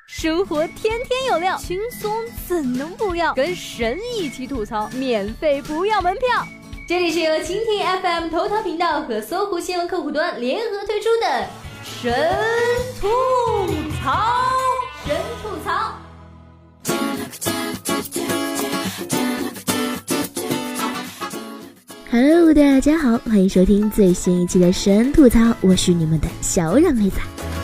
生活天天有料，轻松怎能不要？跟神一起吐槽，免费不要门票。这里是由蜻蜓 FM 头条频道和搜狐新闻客户端联合推出的神吐槽。神吐槽。 Hello， 大家好，欢迎收听最新一期的神吐槽，我是你们的小冉妹子。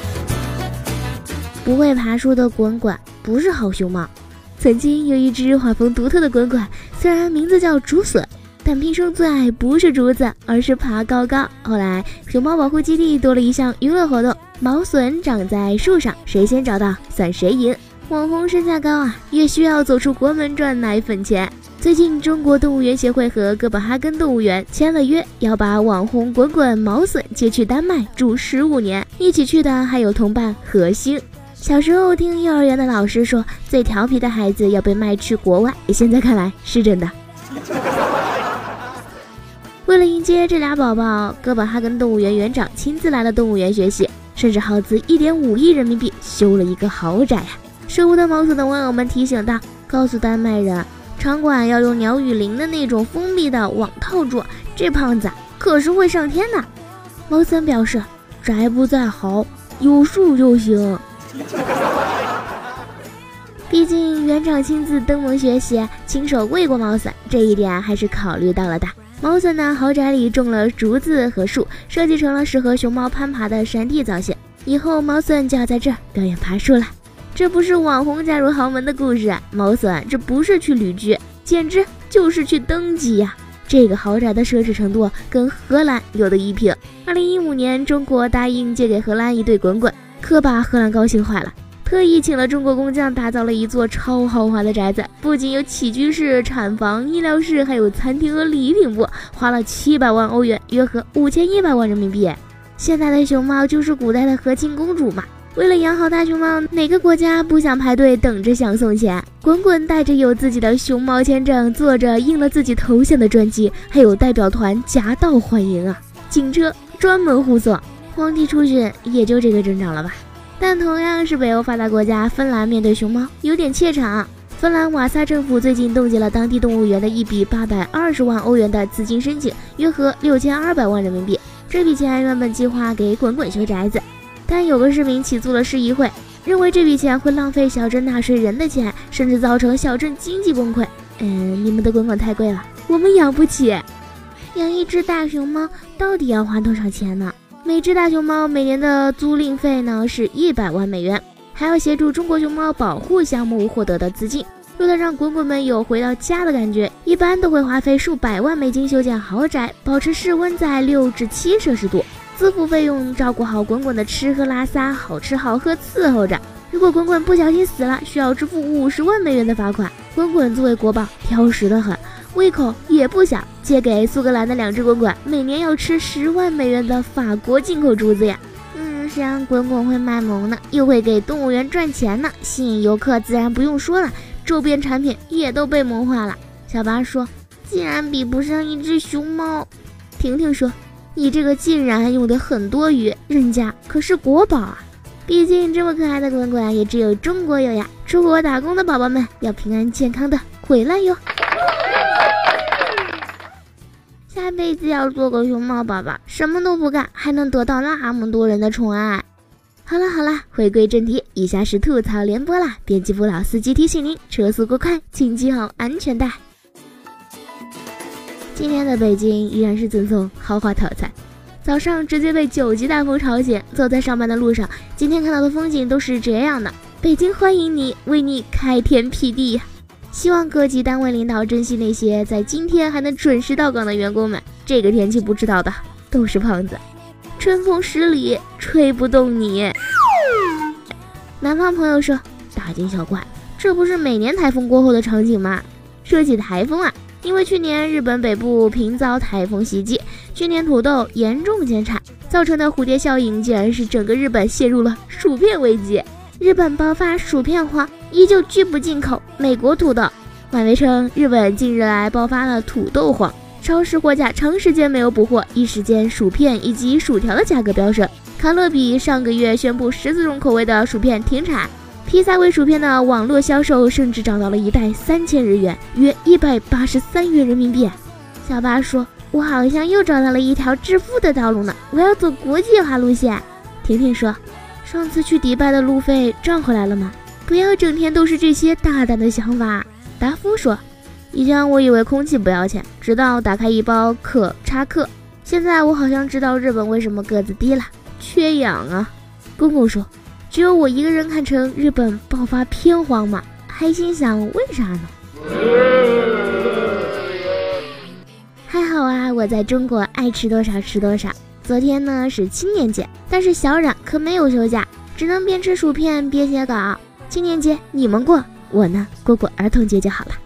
不会爬树的滚滚不是好熊猫。曾经有一只画风独特的滚滚，虽然名字叫竹笋，但平生最爱不是竹子，而是爬高高。后来熊猫保护基地多了一项娱乐活动，毛笋长在树上，谁先找到算谁赢。网红身价高啊，也需要走出国门赚奶粉钱。最近中国动物园协会和哥本哈根动物园签了约，要把网红滚滚毛笋接去丹麦住15年，一起去的还有同伴何星。小时候听幼儿园的老师说，最调皮的孩子要被卖去国外，现在看来是真的。为了迎接这俩宝宝，哥本哈根动物园园长亲自来了动物园学习，甚至耗资1.5亿人民币修了一个豪宅呀。舍不得毛笋的网友们提醒道，告诉丹麦人，场馆要用鸟语林的那种封闭的网套住，这胖子可是会上天的。毛笋表示，宅不在好，有树就行。毕竟园长亲自登门学习，亲手喂过毛笋，这一点还是考虑到了的。毛笋的豪宅里种了竹子和树，设计成了适合熊猫攀爬的山地造型，以后毛笋就要在这儿表演爬树了。这不是网红嫁入豪门的故事，毛笋这不是去旅居，简直就是去登基呀！这个豪宅的奢侈程度跟荷兰有的一拼。2015年，中国答应借给荷兰一对滚滚，可把荷兰高兴坏了，特意请了中国工匠打造了一座超豪华的宅子，不仅有起居室、产房、医疗室，还有餐厅和礼品部，花了700万欧元，约合5100万人民币。现在的熊猫就是古代的和亲公主嘛。为了养好大熊猫，哪个国家不想排队等着想送钱？滚滚带着有自己的熊猫签证，坐着印了自己头像的专机，还有代表团夹道欢迎啊！警车专门护送，皇帝出巡也就这个阵仗了吧。但同样是北欧发达国家，芬兰面对熊猫有点怯场。芬兰瓦萨政府最近冻结了当地动物园的一笔820万欧元的资金申请，约合6200万人民币。这笔钱原本计划给滚滚修宅子，但有个市民起诉了市议会，认为这笔钱会浪费小镇纳税人的钱，甚至造成小镇经济崩溃。你们的滚滚太贵了，我们养不起。养一只大熊猫到底要花多少钱呢？每只大熊猫每年的租赁费呢是100万美元，还要协助中国熊猫保护项目获得的资金。为了让滚滚们有回到家的感觉，一般都会花费数百万美金修建豪宅，保持室温在6至7摄氏度，自付费用照顾好滚滚的吃喝拉撒，好吃好喝伺候着。如果滚滚不小心死了，需要支付50万美元的罚款。滚滚作为国宝，挑食得很，胃口也不小，借给苏格兰的2只滚滚每年要吃10万美元的法国进口竹子呀。虽然滚滚会卖萌呢，又会给动物园赚钱呢，吸引游客自然不用说了，周边产品也都被萌化了。小八说，竟然比不上一只熊猫。婷婷说，你这个竟然用的很多余，人家可是国宝啊！毕竟这么可爱的滚滚也只有中国有呀，出国打工的宝宝们要平安健康的回来哟。下辈子要做个熊猫宝宝，什么都不干，还能得到那么多人的宠爱。好了，回归正题，以下是吐槽联播啦。编辑部老司机提醒您，车速过快请系好安全带。今天的北京依然是赠送豪华套餐，早上直接被9级大风吵醒，走在上班的路上，今天看到的风景都是这样的。北京欢迎你，为你开天辟地呀！希望各级单位领导珍惜那些在今天还能准时到岗的员工们，这个天气不知道的都是胖子。春风10里吹不动你。南方朋友说，大惊小怪，这不是每年台风过后的场景吗？说起台风啊，因为去年日本北部频遭台风袭击，去年土豆严重减产，造成的蝴蝶效应竟然是整个日本陷入了薯片危机。日本爆发薯片荒，依旧拒不进口美国土豆。外媒称，日本近日来爆发了土豆荒，超市货架长时间没有补货，一时间薯片以及薯条的价格飙升。卡乐比上个月宣布14种口味的薯片停产， 披萨味薯片的网络销售甚至涨到了一袋3000日元，约183元人民币。小八说，我好像又找到了一条致富的道路呢，我要走国际化路线。婷婷说，上次去迪拜的路费赚回来了吗？不要整天都是这些大胆的想法。达夫说，以前我以为空气不要钱，直到打开一包可插克，现在我好像知道日本为什么个子低了，缺氧啊。公公说，只有我一个人看成日本爆发偏荒嘛，还心想为啥呢？还好啊，我在中国爱吃多少吃多少。昨天呢是青年节，但是小冉可没有休假，只能边吃薯片边写稿。青年节你们过，我呢过儿童节就好了。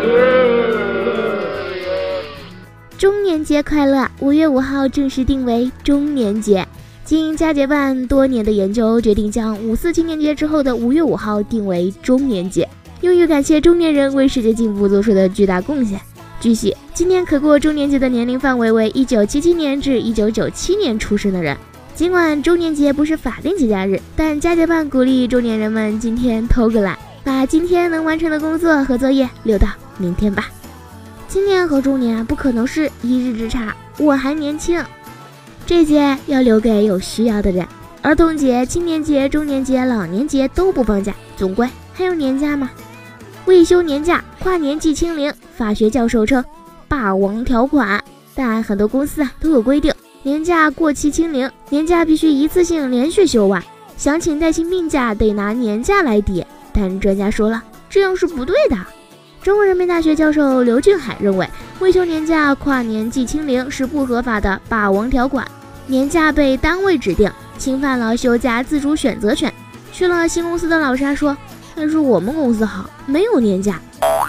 中年节快乐！5月5号正式定为中年节。经家节办多年的研究，决定将54青年节之后的5月5号定为中年节，用于感谢中年人为世界进步做出的巨大贡献。据悉，今年可过中年节的年龄范围为1977年至1997年出生的人。尽管中年节不是法定节假日，但家节办鼓励中年人们今天偷个懒，把今天能完成的工作和作业留到明天吧。青年和中年不可能是一日之差，我还年轻，这节要留给有需要的人。儿童节、青年节、中年节、老年节都不放假，总归还有年假吗？未休年假，跨年即清零，法学教授称霸王条款，但很多公司都有规定，年假过期清零，年假必须一次性连续休完，想请带薪病假得拿年假来抵，但专家说了，这样是不对的。中国人民大学教授刘俊海认为，未休年假跨年即清零是不合法的霸王条款，年假被单位指定，侵犯了休假自主选择权。去了新公司的老沙说，还是我们公司好，没有年假。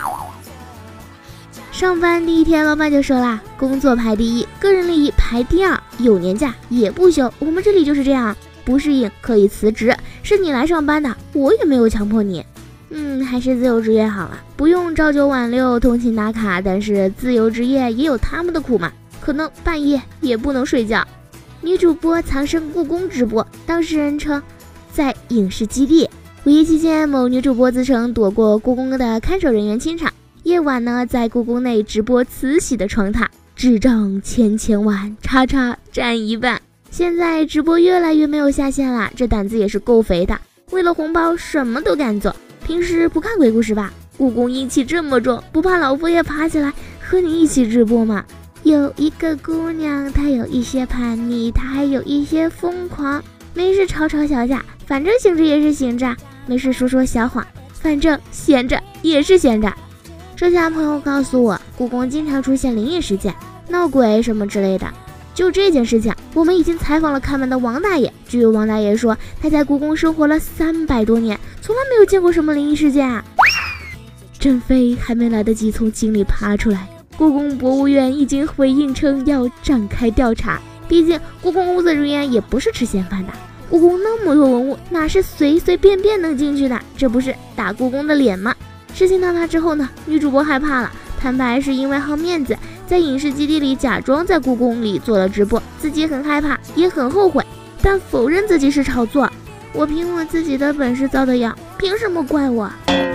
上班第一天，老板就说啦，工作排第一，个人利益排第二，有年假也不休，我们这里就是这样，不适应可以辞职，是你来上班的，我也没有强迫你。还是自由职业好了，不用朝九晚六通勤打卡，但是自由职业也有他们的苦嘛，可能半夜也不能睡觉。女主播藏身故宫直播，当事人称在影视基地。5一期间，某女主播自称躲过故宫的看守人员清场，夜晚呢在故宫内直播慈禧的床榻，智障千万，叉叉占一半。现在直播越来越没有下限了，这胆子也是够肥的，为了红包什么都敢做。平时不看鬼故事吧？故宫阴气这么重，不怕老佛爷爬起来和你一起直播吗？有一个姑娘，她有一些叛逆，她还有一些疯狂，没事吵吵小架，反正醒着也是醒着，没事说说小谎，反正闲着也是闲着。这下朋友告诉我，故宫经常出现灵异事件，闹鬼什么之类的。就这件事情，我们已经采访了看门的王大爷。据王大爷说，他在故宫生活了300多年，从来没有见过什么灵异事件啊。郑飞还没来得及从井里爬出来，故宫博物院已经回应称要展开调查。毕竟故宫工作人员也不是吃闲饭的，故宫那么多文物，哪是随随便便能进去的？这不是打故宫的脸吗？事情闹大之后呢，女主播害怕了，坦白是因为好面子，在影视基地里假装在故宫里做了直播，自己很害怕也很后悔，但否认自己是炒作。我凭我自己的本事遭的殃，凭什么怪我？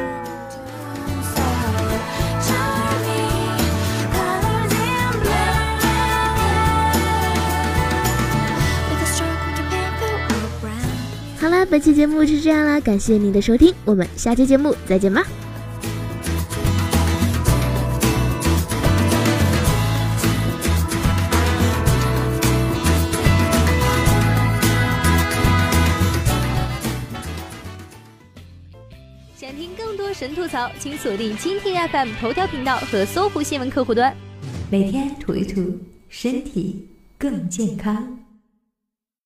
好了，本期节目是这样啦，感谢您的收听，我们下期节目再见吧。 想听更多神吐槽，请锁定蜻蜓 FM 头条频道和搜狐新闻客户端，每天吐一吐，身体更健康。